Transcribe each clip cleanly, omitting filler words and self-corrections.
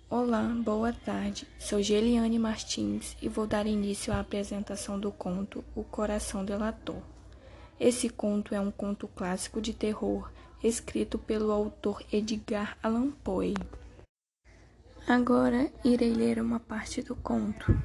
Olá, boa tarde. Sou Geliane Martins e vou dar início à apresentação do conto O Coração Delator. Esse conto é um conto clássico de terror, escrito pelo autor Edgar Allan Poe. Agora irei ler uma parte do conto.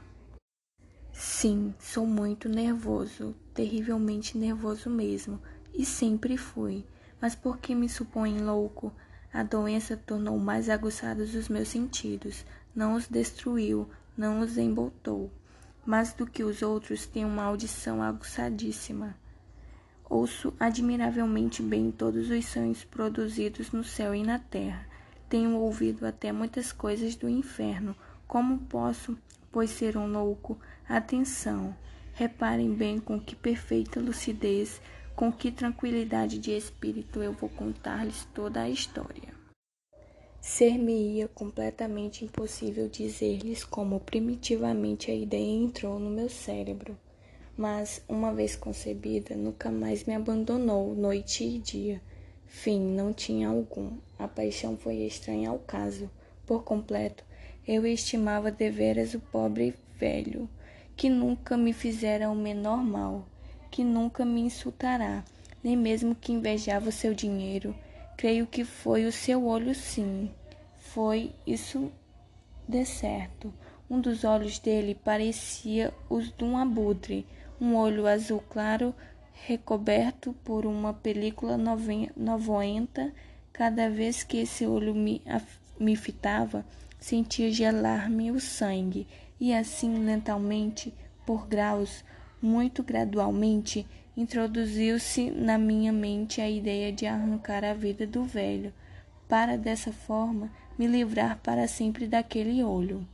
Sim, sou muito nervoso, terrivelmente nervoso mesmo, e sempre fui. Mas por que me supõem louco? A doença tornou mais aguçados os meus sentidos, não os destruiu, não os emboltou. Mais do que os outros, tenho uma audição aguçadíssima. Ouço admiravelmente bem todos os sons produzidos no céu e na terra. Tenho ouvido até muitas coisas do inferno. Como posso, pois, ser um louco? Atenção! Reparem bem com que perfeita lucidez, com que tranquilidade de espírito eu vou contar-lhes toda a história. Ser-me-ia completamente impossível dizer-lhes como primitivamente a ideia entrou no meu cérebro. Mas, uma vez concebida, nunca mais me abandonou, noite e dia. Fim não tinha algum. A paixão foi estranha ao caso. Por completo, eu estimava deveras o pobre velho, que nunca me fizera o menor mal, que nunca me insultará, nem mesmo que invejava o seu dinheiro. Creio que foi o seu olho, sim. Foi isso de certo. Um dos olhos dele parecia os de um abutre, um olho azul claro, recoberto por uma película novoenta. Cada vez que esse olho me fitava, sentia gelar-me o sangue, e assim, lentamente, por graus, muito gradualmente, introduziu-se na minha mente a ideia de arrancar a vida do velho, para dessa forma me livrar para sempre daquele olho.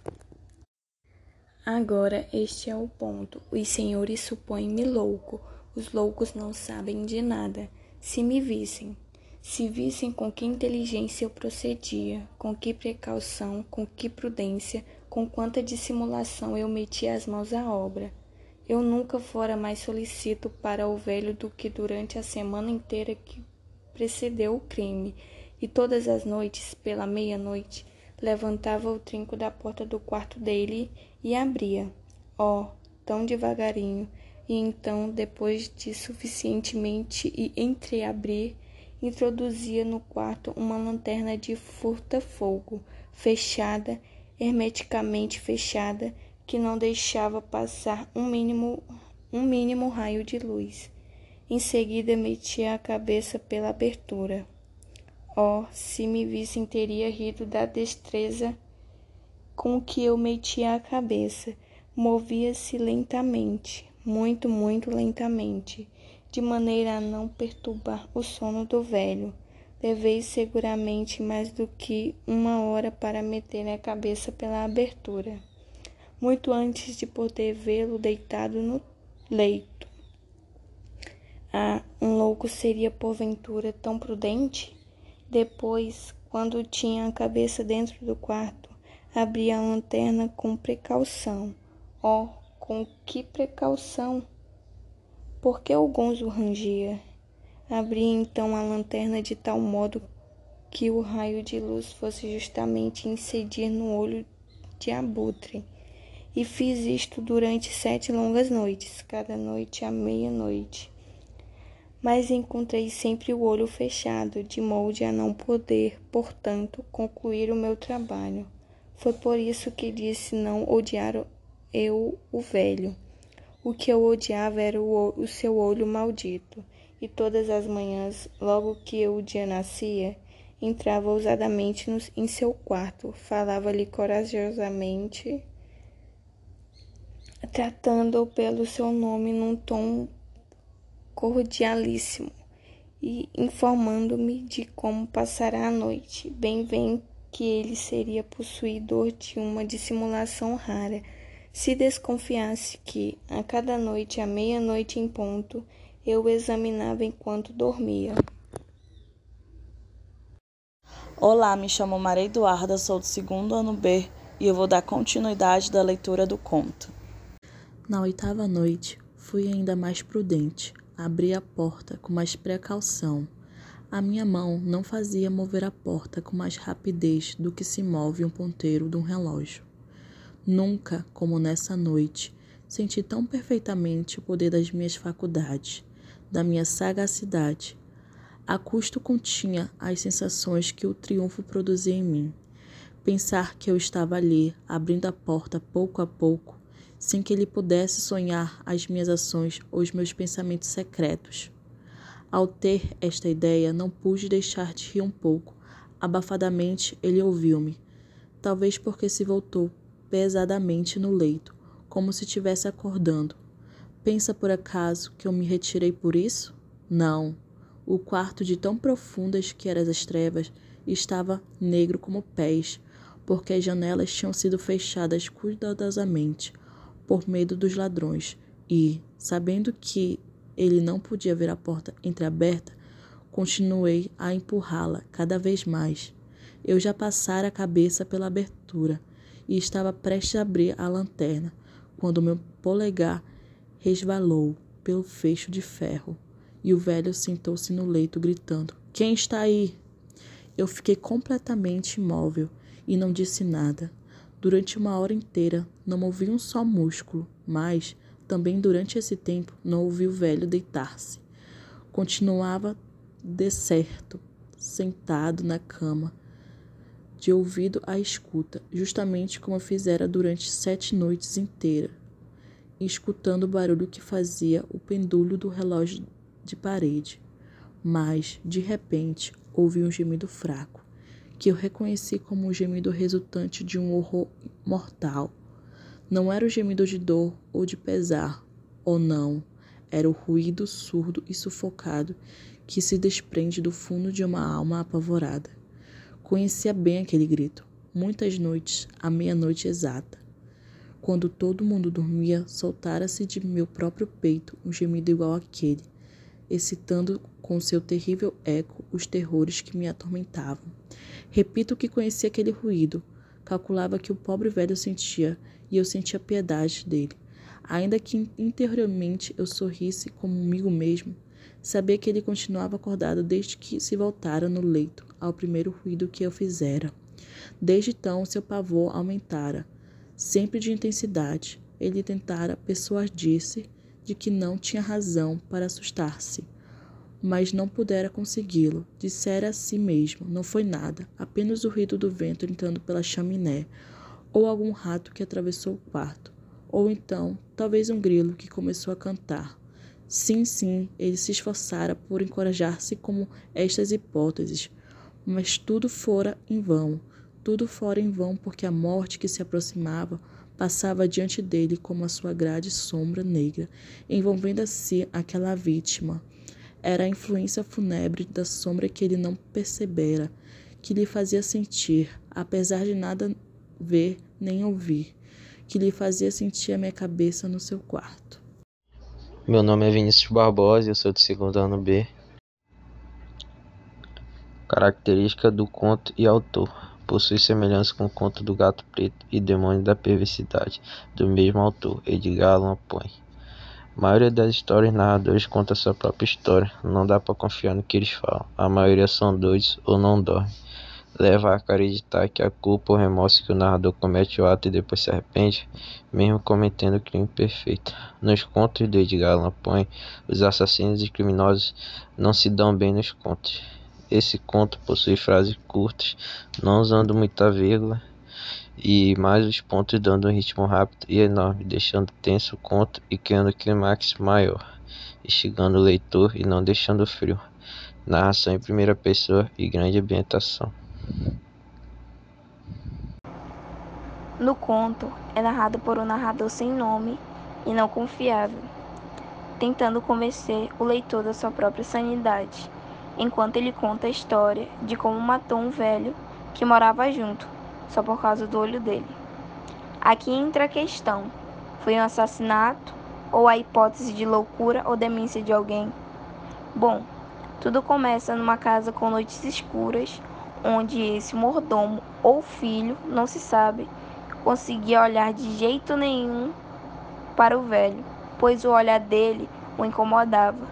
Agora este é o ponto. Os senhores supõem-me louco. Os loucos não sabem de nada. Se vissem com que inteligência eu procedia, com que precaução, com que prudência, com quanta dissimulação eu metia as mãos à obra. Eu nunca fora mais solicito para o velho do que durante a semana inteira que precedeu o crime, e todas as noites, pela meia-noite, levantava o trinco da porta do quarto dele e abria, tão devagarinho, e então, depois de suficientemente e entreabrir, introduzia no quarto uma lanterna de furta-fogo, fechada, hermeticamente fechada, que não deixava passar um mínimo raio de luz. Em seguida, metia a cabeça pela abertura. Se me vissem, teria rido da destreza com que eu metia a cabeça. Movia-se lentamente, muito, muito lentamente, de maneira a não perturbar o sono do velho. Levei seguramente mais do que 1 hora para meter a cabeça pela abertura, muito antes de poder vê-lo deitado no leito. Um louco seria porventura tão prudente? Depois, quando tinha a cabeça dentro do quarto, abria a lanterna com precaução. Com que precaução! Porque o gonzo rangia. Abria então a lanterna de tal modo que o raio de luz fosse justamente incidir no olho de abutre. E fiz isto durante 7 longas noites, cada noite à meia-noite. Mas encontrei sempre o olho fechado, de modo a não poder, portanto, concluir o meu trabalho. Foi por isso que disse não odiar eu o velho. O que eu odiava era o seu olho maldito. E todas as manhãs, logo que o dia nascia, entrava ousadamente em seu quarto, falava-lhe corajosamente, tratando-o pelo seu nome num tom cordialíssimo, e informando-me de como passará a noite. Bem vem que ele seria possuidor de uma dissimulação rara, se desconfiasse que, a cada noite, à meia-noite em ponto, eu o examinava enquanto dormia. Olá, me chamo Maria Eduarda, sou do 2º ano B e eu vou dar continuidade da leitura do conto. Na 8ª noite, fui ainda mais prudente. Abri a porta com mais precaução. A minha mão não fazia mover a porta com mais rapidez do que se move um ponteiro de um relógio. Nunca, como nessa noite, senti tão perfeitamente o poder das minhas faculdades, da minha sagacidade. A custo continha as sensações que o triunfo produzia em mim. Pensar que eu estava ali, abrindo a porta pouco a pouco, sem que ele pudesse sonhar as minhas ações ou os meus pensamentos secretos. Ao ter esta ideia, não pude deixar de rir um pouco. Abafadamente, ele ouviu-me, talvez porque se voltou pesadamente no leito, como se estivesse acordando. Pensa por acaso que eu me retirei por isso? Não. O quarto, de tão profundas que eram as trevas, estava negro como pés, porque as janelas tinham sido fechadas cuidadosamente, por medo dos ladrões, e, sabendo que ele não podia ver a porta entreaberta, continuei a empurrá-la cada vez mais. Eu já passara a cabeça pela abertura e estava prestes a abrir a lanterna, quando meu polegar resvalou pelo fecho de ferro e o velho sentou-se no leito gritando: "Quem está aí?" Eu fiquei completamente imóvel e não disse nada. Durante 1 hora inteira não movi um só músculo, mas também durante esse tempo não ouvi o velho deitar-se. Continuava decerto, sentado na cama, de ouvido à escuta, justamente como eu fizera durante 7 noites inteiras, escutando o barulho que fazia o pendúlio do relógio de parede. Mas, de repente, ouvi um gemido fraco, que eu reconheci como um gemido resultante de um horror mortal. Não era o gemido de dor ou de pesar, ou não, era o ruído surdo e sufocado que se desprende do fundo de uma alma apavorada. Conhecia bem aquele grito, muitas noites, à meia-noite exata. Quando todo mundo dormia, soltara-se de meu próprio peito um gemido igual àquele, excitando com seu terrível eco os terrores que me atormentavam. Repito que conhecia aquele ruído, calculava que o pobre velho sentia, e eu sentia piedade dele. Ainda que interiormente eu sorrisse comigo mesmo, sabia que ele continuava acordado desde que se voltara no leito ao primeiro ruído que eu fizera. Desde então seu pavor aumentara, sempre de intensidade. Ele tentara persuadir-se de que não tinha razão para assustar-se, mas não pudera consegui-lo. Dissera a si mesmo: não foi nada, apenas o ruído do vento entrando pela chaminé, ou algum rato que atravessou o quarto, ou então, talvez um grilo que começou a cantar. Sim, ele se esforçara por encorajar-se com estas hipóteses, mas tudo fora em vão. Tudo fora em vão, porque a morte que se aproximava passava diante dele como a sua grande sombra negra, envolvendo a si aquela vítima. Era a influência fúnebre da sombra que ele não percebera, que lhe fazia sentir, apesar de nada ver nem ouvir, que lhe fazia sentir a minha cabeça no seu quarto. Meu nome é Vinícius Barbosa, eu sou do 2º ano B. Característica do conto e autor. Possui semelhança com o conto do Gato Preto e Demônio da Perversidade, do mesmo autor, Edgar Allan Poe. A maioria das histórias narradores conta sua própria história, não dá para confiar no que eles falam. A maioria são doidos ou não dormem. Leva a acreditar que a culpa ou remorso que o narrador comete o ato e depois se arrepende, mesmo cometendo o crime perfeito. Nos contos de Edgar Allan Poe, os assassinos e criminosos não se dão bem nos contos. Esse conto possui frases curtas, não usando muita vírgula, e mais os pontos dando um ritmo rápido e enorme, deixando tenso o conto e criando clímax maior, instigando o leitor e não deixando frio. Narração em primeira pessoa e grande ambientação. No conto, é narrado por um narrador sem nome e não confiável, tentando convencer o leitor da sua própria sanidade, enquanto ele conta a história de como matou um velho que morava junto, só por causa do olho dele. Aqui entra a questão: foi um assassinato ou a hipótese de loucura ou demência de alguém? Bom, tudo começa numa casa com noites escuras, onde esse mordomo ou filho, não se sabe, conseguia olhar de jeito nenhum para o velho, pois o olhar dele o incomodava.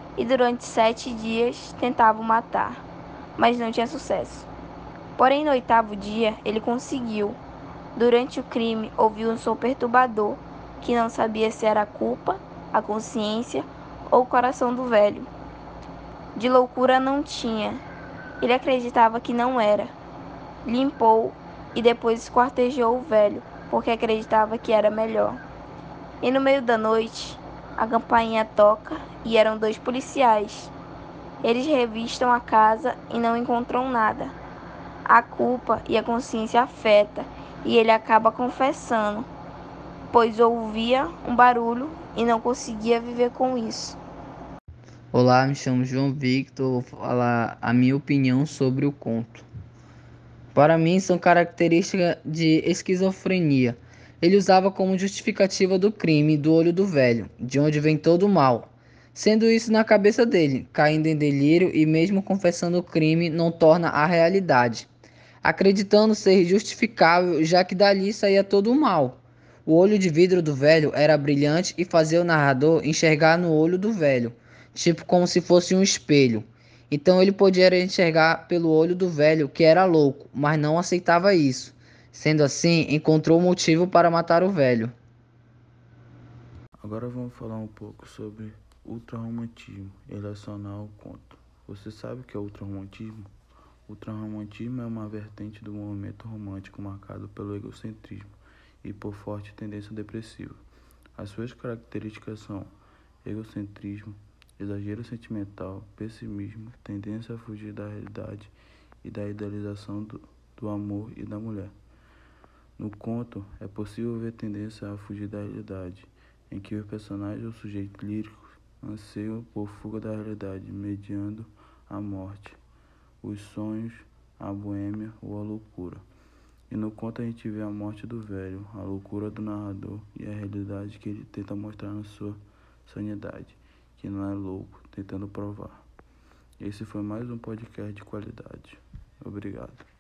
e durante 7 dias tentava o matar, mas não tinha sucesso. Porém, no 8º dia, ele conseguiu. Durante o crime, ouviu um som perturbador que não sabia se era a culpa, a consciência ou o coração do velho. De loucura não tinha. Ele acreditava que não era. Limpou e depois esquartejou o velho, porque acreditava que era melhor. E no meio da noite, a campainha toca e eram 2 policiais. Eles revistam a casa e não encontram nada. A culpa e a consciência afeta e ele acaba confessando, pois ouvia um barulho e não conseguia viver com isso. Olá, me chamo João Victor, vou falar a minha opinião sobre o conto. Para mim, são características de esquizofrenia. Ele usava como justificativa do crime do olho do velho, de onde vem todo o mal. Sendo isso na cabeça dele, caindo em delírio e mesmo confessando o crime não torna a realidade, acreditando ser justificável, já que dali saía todo o mal. O olho de vidro do velho era brilhante e fazia o narrador enxergar no olho do velho, tipo como se fosse um espelho. Então ele podia enxergar pelo olho do velho, que era louco, mas não aceitava isso. Sendo assim, encontrou motivo para matar o velho. Agora vamos falar um pouco sobre ultrarromantismo relacionado ao conto. Você sabe o que é ultrarromantismo? Ultrarromantismo é uma vertente do movimento romântico marcado pelo egocentrismo e por forte tendência depressiva. As suas características são egocentrismo, exagero sentimental, pessimismo, tendência a fugir da realidade e da idealização do amor e da mulher. No conto, é possível ver tendência a fugir da realidade, em que os personagens ou sujeitos líricos anseiam por fuga da realidade, mediando a morte, os sonhos, a boêmia ou a loucura. E no conto a gente vê a morte do velho, a loucura do narrador e a realidade que ele tenta mostrar na sua sanidade, que não é louco, tentando provar. Esse foi mais um podcast de qualidade. Obrigado.